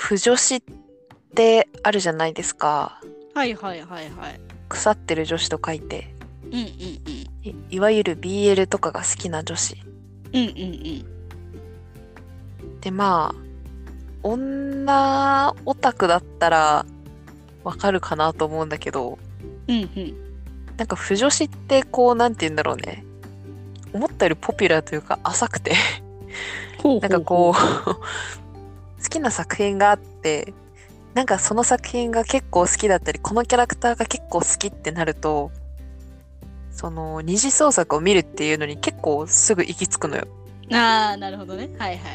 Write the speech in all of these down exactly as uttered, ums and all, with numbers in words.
腐女子ってあるじゃないですか。 はいはいはいはい。 腐ってる女子と書いて、 うんうんい、いわゆる ビーエル とかが好きな女子。 うん。うんうんうん。 で、まあ、女オタクだったらわかるかなと思うんだけど、 うんうん。 なんか腐女子ってこう、なんて言うんだろうね。思ったよりポピュラーというか浅くて、 ほうなんかほうほう。 こう好きな作品があって、なんかその作品が結構好きだったり、このキャラクターが結構好きってなると、その二次創作を見るっていうのに結構すぐ行き着くのよ。 ああ、なるほどね。はいはいはいはい。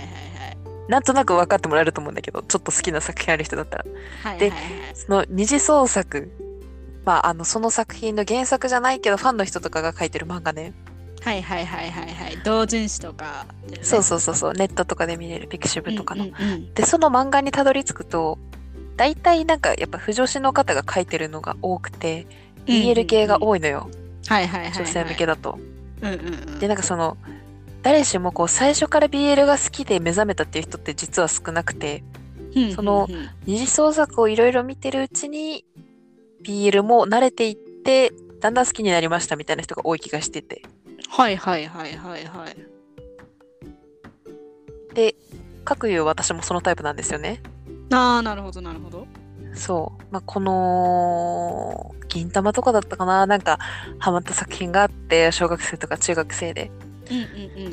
なんとなく分かってもらえると思うんだけど、ちょっと好きな作品ある人だったら。で、 はいはいはい。 その二次創作、まあ、あの、その作品の原作じゃないけど、ファンの人とかが書いてる漫画ね。 はいはいはいはいはい。同人誌とかだよね。 そうそうそうそう、ネットとかで見れる、ピクシブうんとかの。 うんうん。 で、その漫画にたどり着くと、大体なんかやっぱ不女子の方が書いてるのが多くて、 うんうんビーエル 系うん。 が多いのよ。 はいはいは女性いはい。 向けだと。 うんうんうで、 ん。 なんかその、誰しもこう最初から ビーエル が好きで目覚めたっていう人って実は少なくて、 ふんそのふんふん。 二次創作をいろいろ見てるうちに ビーエル も慣れていって、だんだん好きになりましたみたいな人が多い気がしてて。 はいはいはいはいはい。 で、かくいう私もそのタイプなんですよね。 ああ、なるほどなるほど。 そう。まあ、この、銀魂とかだったかな、なんか、ハマった作品があって、小学生とか中学生で。 うんうんうん。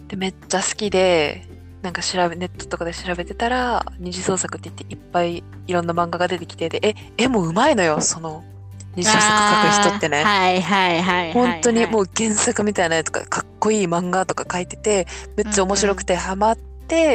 で、めっちゃ好きで、なんか調べ、ネットとかで調べてたら、二次創作って言っていっぱいいろんな漫画が出てきて、で、え、絵もうまいのよ、その、二次創作描く人っああ、 てね。 はいはいはい本はいはい。 当にもう原作みたいなやつとか、かっこいい漫画とか書いてて、めっうんちゃ面うん。 白くてハマって、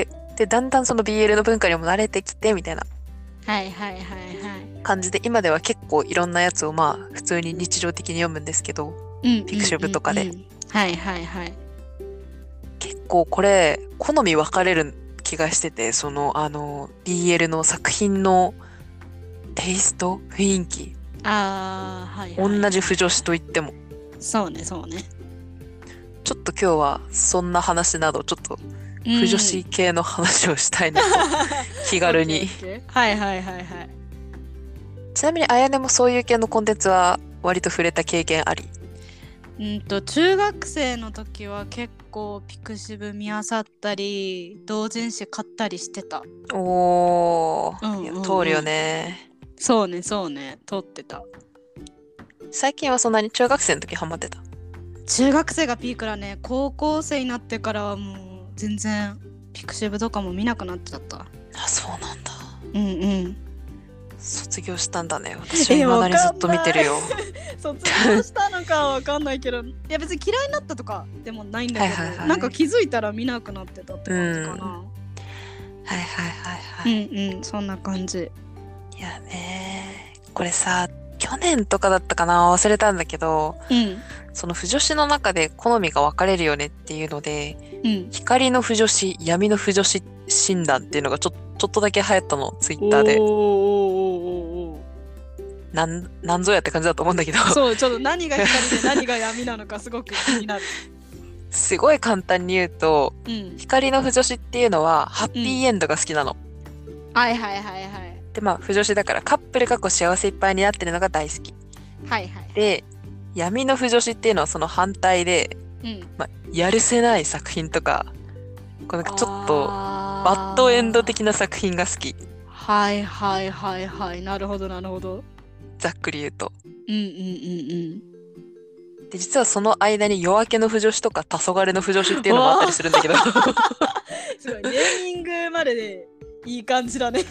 で、だんだんその ビーエル の文化にも慣れてきて、みたいなはいはいはいはい。 感じで、今では結構いろんなやつをまあ、普通に日常的に読むんですけど、 うんうんピクシブとかで。 うんうん。はいはいはい。 結構これ、好み分かれる気がしてて、その、あの、ビーエル の作品のテイスト、雰囲気、 ああ、はい同はいはいじ不女子はい。 と言っても、 そうねそうね。 ちょっと今日はそんな話など、ちょっとう不女子ん。 系の話をしたいなと、気オッケーオ軽に。 ッケー。はいはいはいはい。 ちなみに、あやねもそういう系のコンテンツは割と触れた経験あり？ うんと中学生の時は結構ピクシブ見漁ったり同人誌買ったりしてた。 おー、いや、 うんうん通るようん。 ね。 そうねそうね撮ってた。 最近はそんなに中学生の時ハマってた？ 中学生がピークだね。高校生になってからはもう全然ピクシブとかも見なくなっちゃった。 あ、そうなんだ。 うんうん。 卒業したんだね。私はえ、わ未だにずっと見かんない。 てるよ。 卒業したのかはわかんないけど、いや別に嫌いになったとかでもないんだはいけど、 はいはい。 なんか気づいたら見なくなってたってう感じかん。 な。 はいはいはいうはい。 んうん、そんな感じ。 いやね、これさ、去年とかだったかな、忘れたんだけど、 うん。 その腐女子の中で好みが分かれるよねっていうので、 うん。 光の腐女子、闇の腐女子診断っていうのがちょ、ちょっとだけ流行ったの、ツイッおーおーターで。 おーおーおー。 なん、なんぞやって感じだと思うんだけど、 そう、ちょっと何が光で何が闇なのかすごく気になる。 すごい簡単に言うと、 うん。 光の腐女子っていうのは、ハッうん。 ピーエンドが好きなの。 はいはいはいはい。 で、まあ、腐女子だからカップルがこう幸せいっぱいになってるのが大好き。 はいはいはい。 で、闇の腐女子っていうのはその反対で、 うん。 まあ、やるせない作品とか、こうなんかちょっとバッドエンド的あな作品が好き。 あ。はいはいはいはい。なるほどなるほど。 ざっくり言うと。 うんうんうんで、実はその間に夜明けの腐女子とか黄昏の腐女子っていううん。 のもあったわあ。 りするんだけど。 すごい。ネーミングまででいい感じだね。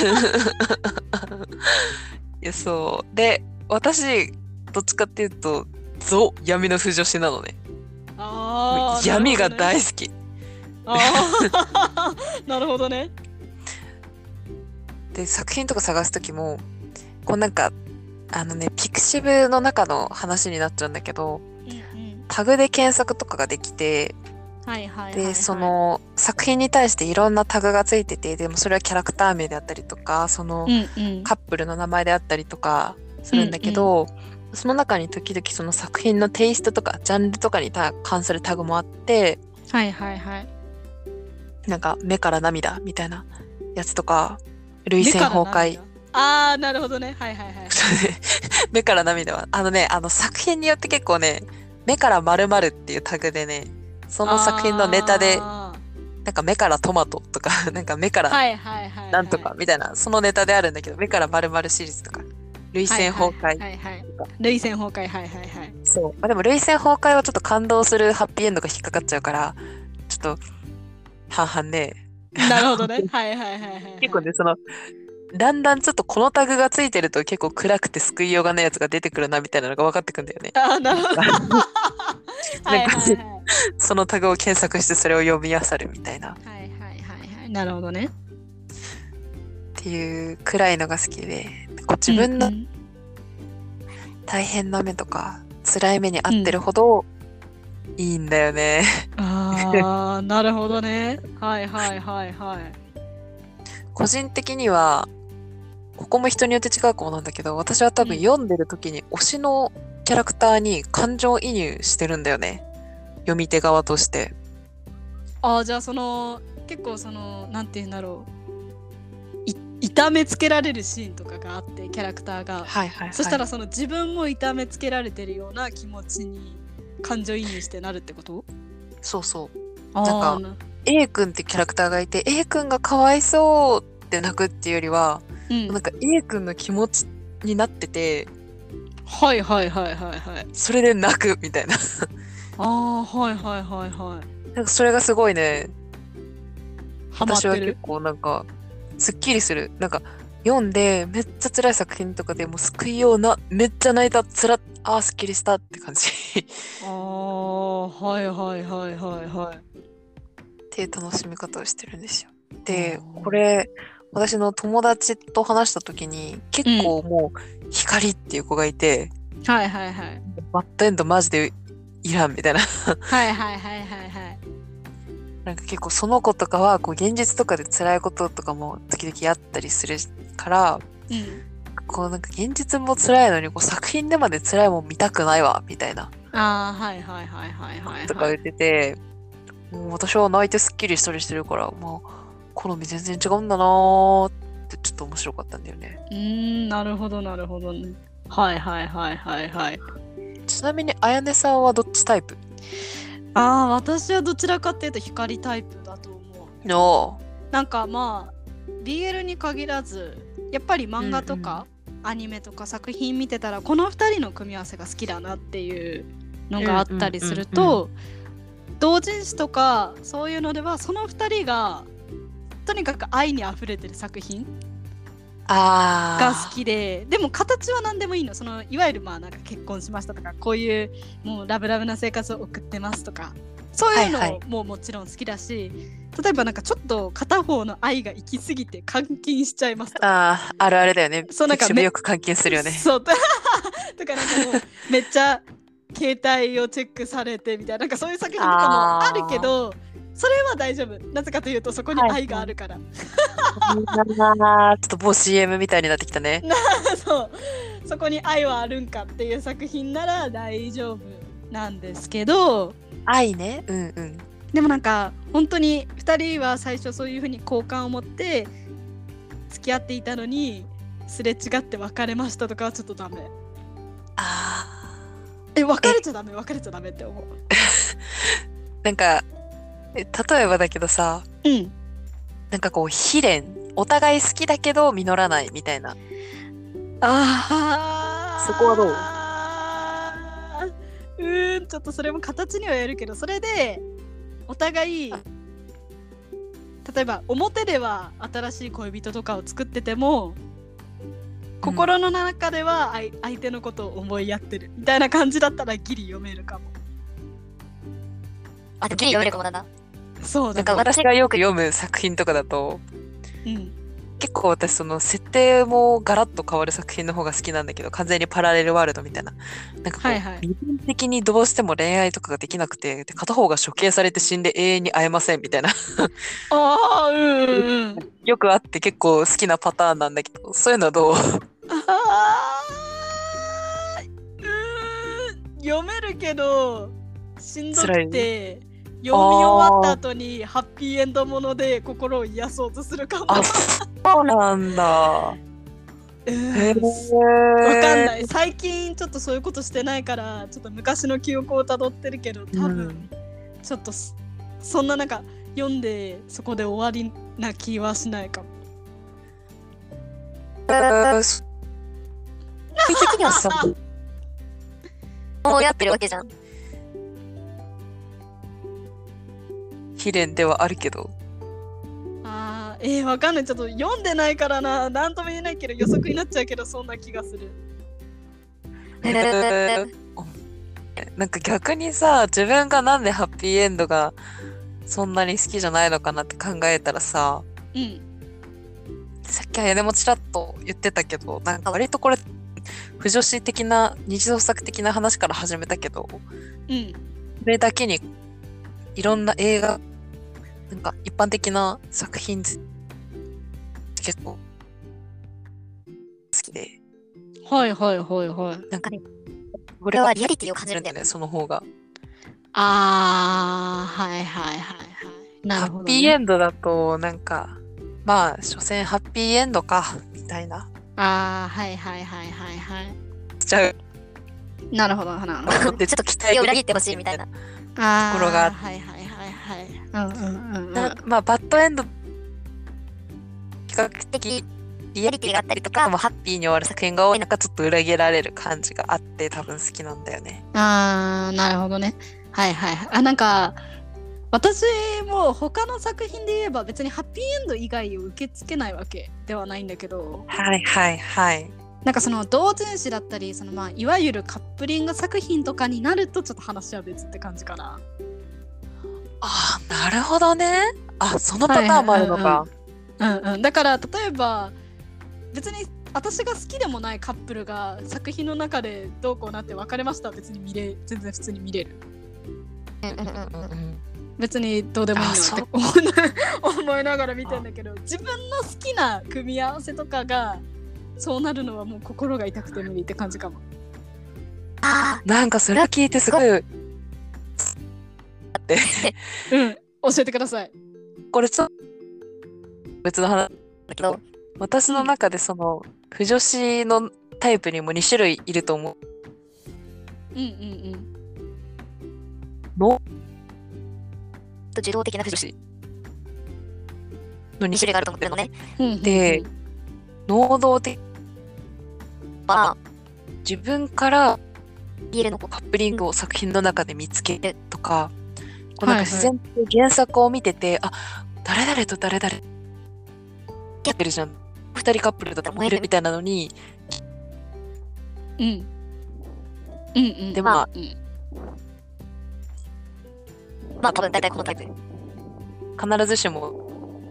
いや、そう。で、私、どっちかっていうと、ゾ闇の腐女子なのね。もうああ、なる闇がほどね。 大好き。 ああ、なるほどね。 で、作品とか探すときも、こうなんか、あのね、ピクシブの中の話になっちゃうんだけど、 うんうん。 タグで検索とかができて、 はいはいはで、 いはい。 その作品に対していろんなタグがついてて、でもそれはキャラクター名であったりとか、そのうんうん。 カップルの名前であったりとかすうるんだんうん。 けど、その中に時々その作品のテイストとかジャンルとかにた関するタグもあって、 はいはいはい。 なんか目から涙みたいなやつとか、 涙腺崩目から壊。 涙。あー、なるほどね。はいはいはいはい。 目から涙は、あのね、あの作品によって結構ね、目から〇〇っていうタグでね、その作品のネタで、 あなんか目からトマトとか、なんか目かー、 らはいはいはいなんとはい。 かみたいな、そのネタであるんだけど、目から〇〇シリーズとか、涙はいはい腺崩壊はいはい。 とか。 涙腺崩壊、はいはいはい。 そう。まあ、でも涙腺崩壊はちょっと感動するハッピーエンドが引っかかっちゃうから、ちょっと半々ね。 なるほどね。はいはいはいはいはい。 結構ね、その、だんだんちょっとこのタグがついてると結構暗くて救いようがないやつが出てくるなみたいなのが分かってくんだよね。 あー、なるほど。 なんかはいはいはい。 そのタグを検索してそれを読み漁るみたいなっはいはいはいはい。なるほどね。 ていう暗いのが好きで、こう自分のうんうん大変な目とか辛い目に遭ってるほどいいんだよね。 ああ、なるほどね。はいはいはいはい。 個人的には、ここも人によって違うかもなんだけど、私は多分うん読んでる時に推しのキャラクターに感情移入してるんだよね。読み手側として。 ああ、じゃあその結構そのなんて言うんだろう、い痛めつけられるシーンとかがあってキャラクターが、 はいはいはい。 そしたらその自分も痛めつけられてるような気持ちに感情移入してなるってこと？ そうそう。 あなんかーな A 君ってキャラクターがいて、A 君がかわいそうって泣くっていうよりは、 うんなんか A 君の気持ちになってて、 はいはいはいはいはい。 それで泣くみたいな。 ああ、はいはいはいはい。 なんかそれがすごいね、 ハマっ私はてる。 結構なんか、すっきりする。なんか、読んで、めっちゃ辛い作品とかでもう救いような、めっちゃ泣いた、つら、あーすっきりしたって感じ。 ああ、はいはいはいはいはい。 っていう楽しみ方をしてるんですよ。で、 あーこれ、私の友達と話した時に、結構もう、光っていう子がいて、 はいはいはい。 バッドエンドマジでいらんみたいな。 はいはいはいはいはい。 なんか結構その子とかは、こう現実とかで辛いこととかも時々あったりするから、 うん。 こうなんか現実も辛いのに、こう作品でまで辛いもん見たくないわ、みたいな、 ああ、はいはいはいはいはいはい。 とか言ってて、もう私は泣いてスッキリしたりしてるから、まあ、好み全然違うんだなーってちょっと面白かったんだよね。 うーん、なるほどなるほどね。はいはいはいはいはい。 ちなみに、あやねさんはどっちタイプああ、私はどちらかっていうと光タイプだと思う。 のなんかまあ ビーエル に限らずやっぱり漫画とか、アニメとか作品見てたらこのふたりの組み合わせが好きだなっていうのがあったりすると、同人誌とかそういうのではそのふたりがとにかく愛にあふれてる作品あが好きで、でも形は何でもいいの。そのいわゆるまあなんか結婚しましたとかこういうもうラブラブな生活を送ってますとかそういうはいはいのももちろん好きだし、例えばなんかちょっと片方の愛が行き過ぎて監禁しちゃいますとか、 あー、あるあるだよね。 そうなんかピクシブよく監禁するよね。 そうとかなんかもうめっちゃ携帯をチェックされてみたいな、なんかそういう作品とかもあるけど、それは大丈夫。なぜかというとそこに愛があるから、 あーちょっと某 シーエム みたいになってきたね。 そうそこに愛はあるんかっていう作品なら大丈夫なんですけど、 愛ね。うんうん。 でもなんか本当にふたりは最初そういう風に好感を持って付き合っていたのにすれ違って別れましたとかはちょっとダメ。 あえ、別れちゃダメ別れちゃダメって思う。 ーなんか、え例えばだけどさ、 うん。 なんかこう、悲恋。お互い好きだけど実らないみたいな。 あそこはどううーん、ちょっとそれも形にはよるけど、それでお互い例えば表では新しい恋人とかを作ってても心の中では相相手のことを思いやってるみたいな感じだったらギリ読めるかも。 あ、でもギリ読めるかもなんだ。 そうだね。 なんか私がよく読む作品とかだと、 うん結構私その設定もガラッと変わる作品の方が好きなんだけど、完全にパラレルワールドみたいな。なんかこう、 はいはい身分的にどうしても恋愛とかができなくて、で片方が処刑されて死んで永遠に会えませんみたいな。 ああ、うんうんうん。 よくあって結構好きなパターンなんだけど、そういうのはどうあーうーん読めるけどしんどくて読み終わった後にハッピーエンドもので心を癒そうとするかも。 あ、そうなんだ。 うんへえ。 わかんない。最近ちょっとそういうことしてないからちょっと昔の記憶をたどってるけど、多分、 うん、 ちょっとそんななんか読んでそこで終わりな気はしないかも。 えー、そういう時にはさ、 もうやってるわけじゃん。 悲恋ではあるけど。 あーえー、わかんない。ちょっと読んでないからな、なんとも言えないけど予測になっちゃうけどそんな気がする。 えー、なんか逆にさ、自分がなんでハッピーエンドがそんなに好きじゃないのかなって考えたらさ、 うん。 さっきはやねもちらっと言ってたけど、なんか割とこれ不女子的な二次創作的な話から始めたけど、 うん。 それだけにいろんな映画、なんか一般的な作品結構好きで、 はいはいはいはい。 なんかここれはリアリティを感じるんだよね。 その方が。 あーはいはいはいはい。なハるほど、ね。 ッピーエンドだとなんかまあ所詮ハッピーエンドかみたいなあーはいはいはいはいはい。 しちゃうなるほどなるほど。 でちょっと期待を裏切ってほしいみたいな。 あところがーはいはいはいはい。うんうんうんうん。 なまあバッドエンド比較的リアリティがあったりとかもうハッピーに終わる作品が多い中ちょっと裏切られる感じがあって多分好きなんだよね。 あーなるほどね。はいはいはい。あなんか私も他の作品で言えば別にハッピーエンド以外を受け付けないわけではないんだけど、 はいはいはい。 なんかその同人誌だったりそのまあいわゆるカップリング作品とかになるとちょっと話は別って感じかな。 ああなるほどね。あそのパターンもあるのか。 うんうん。だから例えば別に私が好きでもないカップルが作品の中でどうこうなって別れましたら別に見れ全然普通に見れる。 うんうんうんうん。 うん別にどうでもいいなあそうって思いな思いながら見てんだけど、自分の好きな組み合わせとかがそうなるのはもう心が痛くて無理って感じかも。 あなんかそれを聞いてすごいってうん教えてください。 これちょっと別の話だけど、 私の中でその不女子のタイプにもに種類いると思う。 うんうんのと受動的な不女子のにに種類があると思ってるのね。 うん。 で能動的まあ、 自分からビールの子カップリングを作品の中で見つけるとか、こうなんはいはいか自然と原作を見てて、あ誰々と誰々やってるじゃん、二人カップルだと思えるみたいなのに、 うんうんうん。 でまあうんまあ多分大体このタイプ。 必ずしも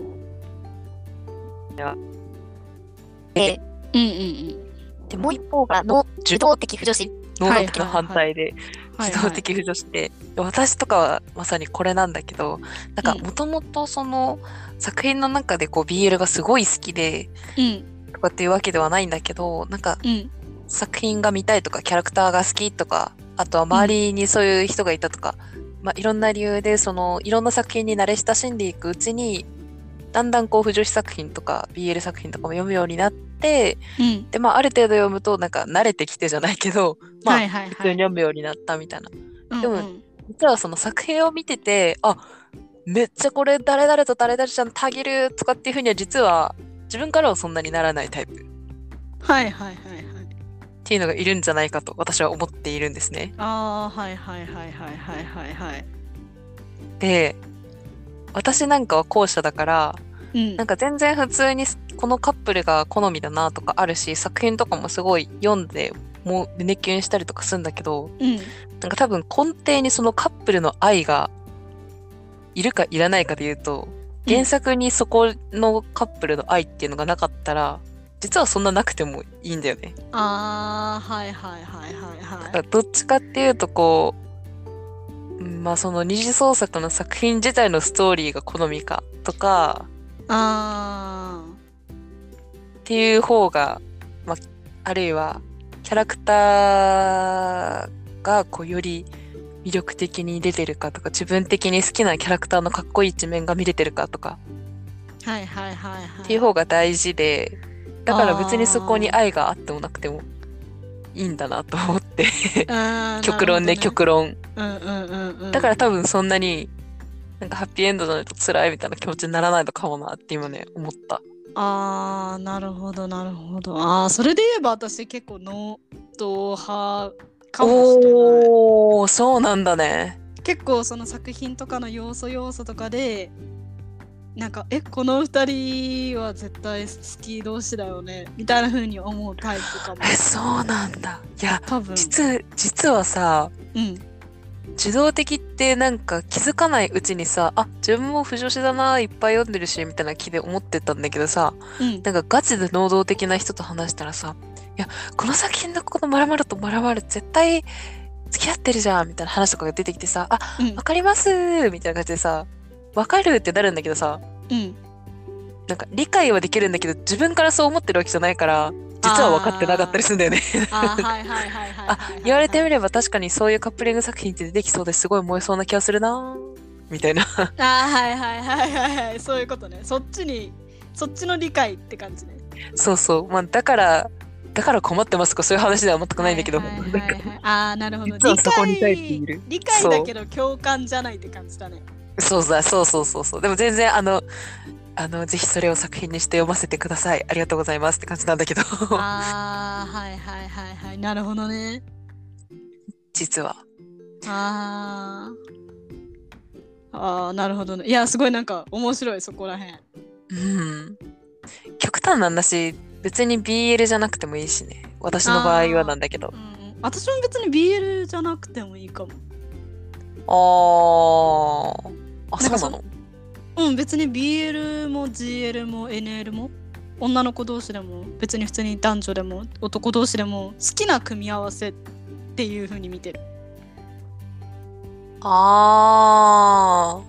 で、 うんうんでももう一方がの受動的不女子。 能動的の反対でうん。 自動的不女子で、私とかはまさにこれなんだけど、なんかもともとその作品の中でこう ビーエル がすごい好きでうんとかっていうわけではないんだけど、なんかうん作品が見たいとかキャラクターが好きとか、あとは周りにそういう人がいたとか、まあ、いろんな理由でそのいろんな作品に慣れ親しんでいくうちにだんだんこう不女子作品とか ビーエル 作品とかも読むようになって、 うん。 でまあある程度読むとなんか慣れてきてじゃないけど、まあはいはいはい普通に読むようになったみたいな。 うんでも実はその作品を見てて、あめっちゃこれ誰々と誰々ちゃんたぎるとかっていうふうには実は自分からはそんなにならないタイプっはいはいはいはい。 ていうのがいるんじゃないかと私は思っているんですね。 ああはいはいはいはいはいはいはい。 で私なんかは後者だからうんなんか全然普通にこのカップルが好みだなとかあるし、作品とかもすごい読んでもう胸キュンしたりとかするんだけど、 うんなんか多分根底にそのカップルの愛がいるかいらないかで言うと、原作にそこのカップルの愛っていうのがなかったら実はそんななくてもいいんだよね。 ああはいはいはいはいだはい。 からどっちかっていうとこううんまあその二次創作の作品自体のストーリーが好みかとかあっていう方が、まあ、あるいはキャラクターがこうより魅力的に出てるかとか、自分的に好きなキャラクターのかっこいい一面が見れてるかとかはいはいはいはい。 っていう方が大事で、だから別にそこに愛があってもなくてもいいんだなと思ってあー極論ねなる極論。 ほどねうんうんうんうん。 だから多分そんなになんかハッピーエンドじゃないと辛いみたいな気持ちにならないのかもなって今ね思った。 あーなるほどなるほど。あーそれで言えば私結構能動派かもしれない。 おー、そうなんだね。 結構その作品とかの要素要素とかでなんかえこの二人は絶対好き同士だよねみたいな風に思うタイプかも。 え、そうなんだ。いや、 多分実、実はさ、 うん受動的ってなんか気づかないうちにさ、あ、自分も不女子だな、いっぱい読んでるし、みたいな気で思ってたんだけどさ、 うんなんかガチで能動的な人と話したらさ、いや、この作品のこの〇〇と〇〇絶対付き合ってるじゃん、みたいな話とかが出てきてさ、あ、 うんわかりますーみたいな感じでさ、わかるってなるんだけどさ、 うんなんか理解はできるんだけど、自分からそう思ってるわけじゃないから、実は分かってなかったりするんだよね。 あーはいはいはいはいあ、言われてみれば確かにそういうカップリング作品って出てきそうですごい燃えそうな気がするなみたいな。 あーはいはいはいはいはいそういうことね。そっちにそっちの理解って感じね。 そうそう。まあだから、だから困ってますとかそういう話では全くないんだけど。 はいはいはいはいああなるほど。 実はそこに対している理解理解だけど共感じゃないって感じだね。 そうだ、そうそうそうそう。でも全然あの、あの、ぜひそれを作品にして読ませてください。ありがとうございますって感じなんだけど。 ああはいはいはいはいなるほどね。 実は。 あーあーなるほどね。いやすごいなんか面白いそこらへん。 うん。極端な話、別に ビーエル じゃなくてもいいしね。私の場合はなんだけど。 うん、私も別に ビーエル じゃなくてもいいかも。 あー。あ、 なんかそうなの？ うん別に ビーエル も ジーエル も エヌエル も女の子同士でも別に普通に男女でも男同士でも好きな組み合わせっていう風に見てる。 あ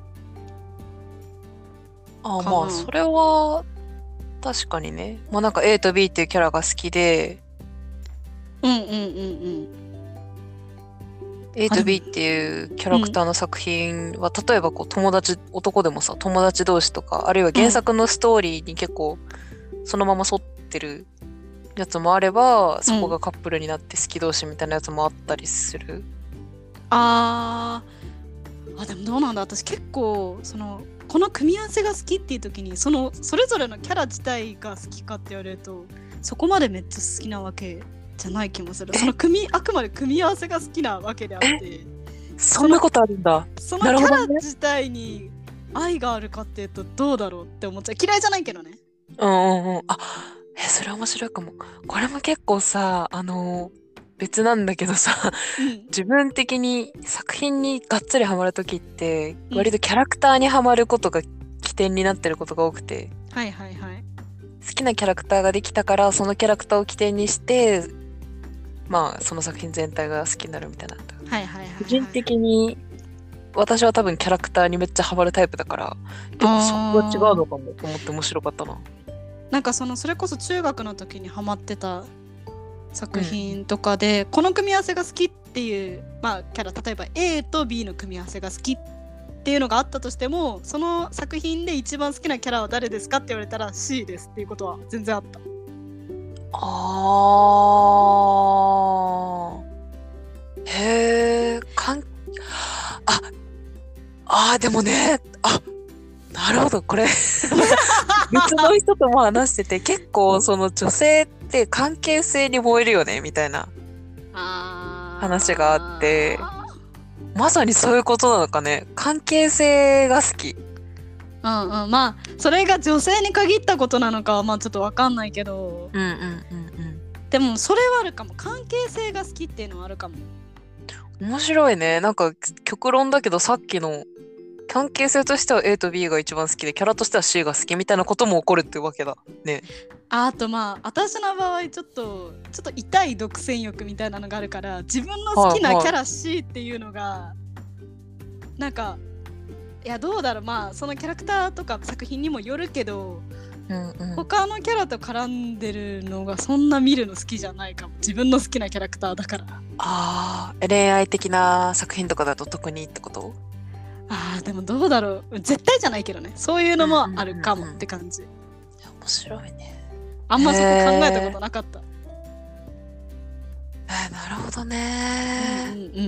ー。あー、 かなまあ、それは、確かにね。まあなんか A と B っていうキャラが好きで、 うんうんうんうん。 A と B っていうキャラクターの作品は、例えばこう友達、男でもさ、友達同士とか、あるいは原作のストーリーに結構そのまま沿ってるやつもあれば、そこがカップルになって好き同士みたいなやつもあったりする。 あーあでもどうなんだ私結構そのこの組み合わせが好きっていう時にそのそれぞれのキャラ自体が好きかって言われるとそこまでめっちゃ好きなわけじゃない気もする。その組みあくまで組み合わせが好きなわけであってそんなことあるんだ。 そのキャなるほどねラ自体に愛があるかっていうとどうだろうって思っちゃう。嫌いじゃないけどね。 うんうんうん。あ、え、それ面白いかも。これも結構さ、あのー別なんだけどさ、 うん自分的に作品にがっつりハマるときって、 うん割とキャラクターにハマることが起点になってることが多くて、 はいはいはい。 好きなキャラクターができたから、そのキャラクターを起点にして、まあ、その作品全体が好きになるみたいな。 はいはいはい、はい。 個人的に、私は多分キャラクターにめっちゃハマるタイプだから、でもそこが違うのかもと思って面白かったな。 なんかそのそれこそ中学の時にハマってた作品とかで、うん、この組み合わせが好きっていうまあキャラ例えば A と B の組み合わせが好きっていうのがあったとしてもその作品で一番好きなキャラは誰ですかって言われたら C ですっていうことは全然あった。 あーへえかんああーでもねあなるほどこれ別の人とも話してて結構その女性って関係性に燃えるよねみたいな話があってまさにそういうことなのかね。関係性が好き。 うんうんまあそれが女性に限ったことなのかはまあちょっと分かんないけど、 うんうんうんうん、 でもそれはあるかも。関係性が好きっていうのはあるかも。 面白いね。なんか極論だけどさっきの関係性としては A と B が一番好きでキャラとしては C が好きみたいなことも起こるってわけだね。 あ, あとまあ私の場合ちょっとちょっと痛い独占欲みたいなのがあるから自分の好きなキャラ C っていうのが、はいはい、なんかいやどうだろうまあそのキャラクターとか作品にもよるけどうんうん、 他のキャラと絡んでるのがそんな見るの好きじゃないかも。自分の好きなキャラクターだから。 ああ、恋愛的な作品とかだと特にってこと？ あーでもどうだろう、絶対じゃないけどね、そういうのもあるかもって感じ。 面白いね。 あんまそこ考えたことなかった。 えー、なるほどうんね、 うん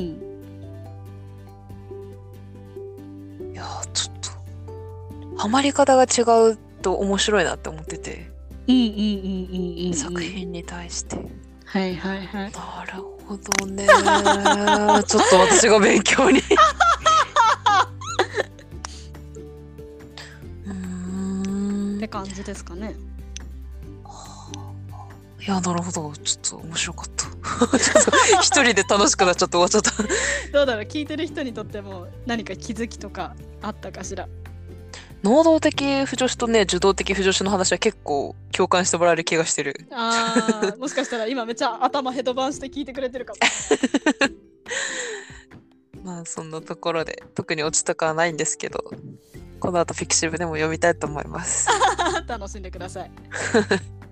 いやーちょっとハマり方が違うと面白いなって思ってて、 うんうんうんうんうんうん。 作品に対して。 はいはいはい。 なるほどね。ちょっと私が勉強に。うーん。 って感じですかね。 いや、なるほど。ちょっと面白かった。ちょっと一人で楽しくなっちゃって終わっちゃった。 どうだろう、聞いてる人にとっても何か気づきとかあったかしら。 能動的不女子とね、受動的不女子の話は結構共感してもらえる気がしてる。 あーもしかしたら今めっちゃ頭ヘドバンして聞いてくれてるかも。 まあそんなところで特にオチとかはないんですけど、この後フィクシブでも読みたいと思います。 楽しんでください。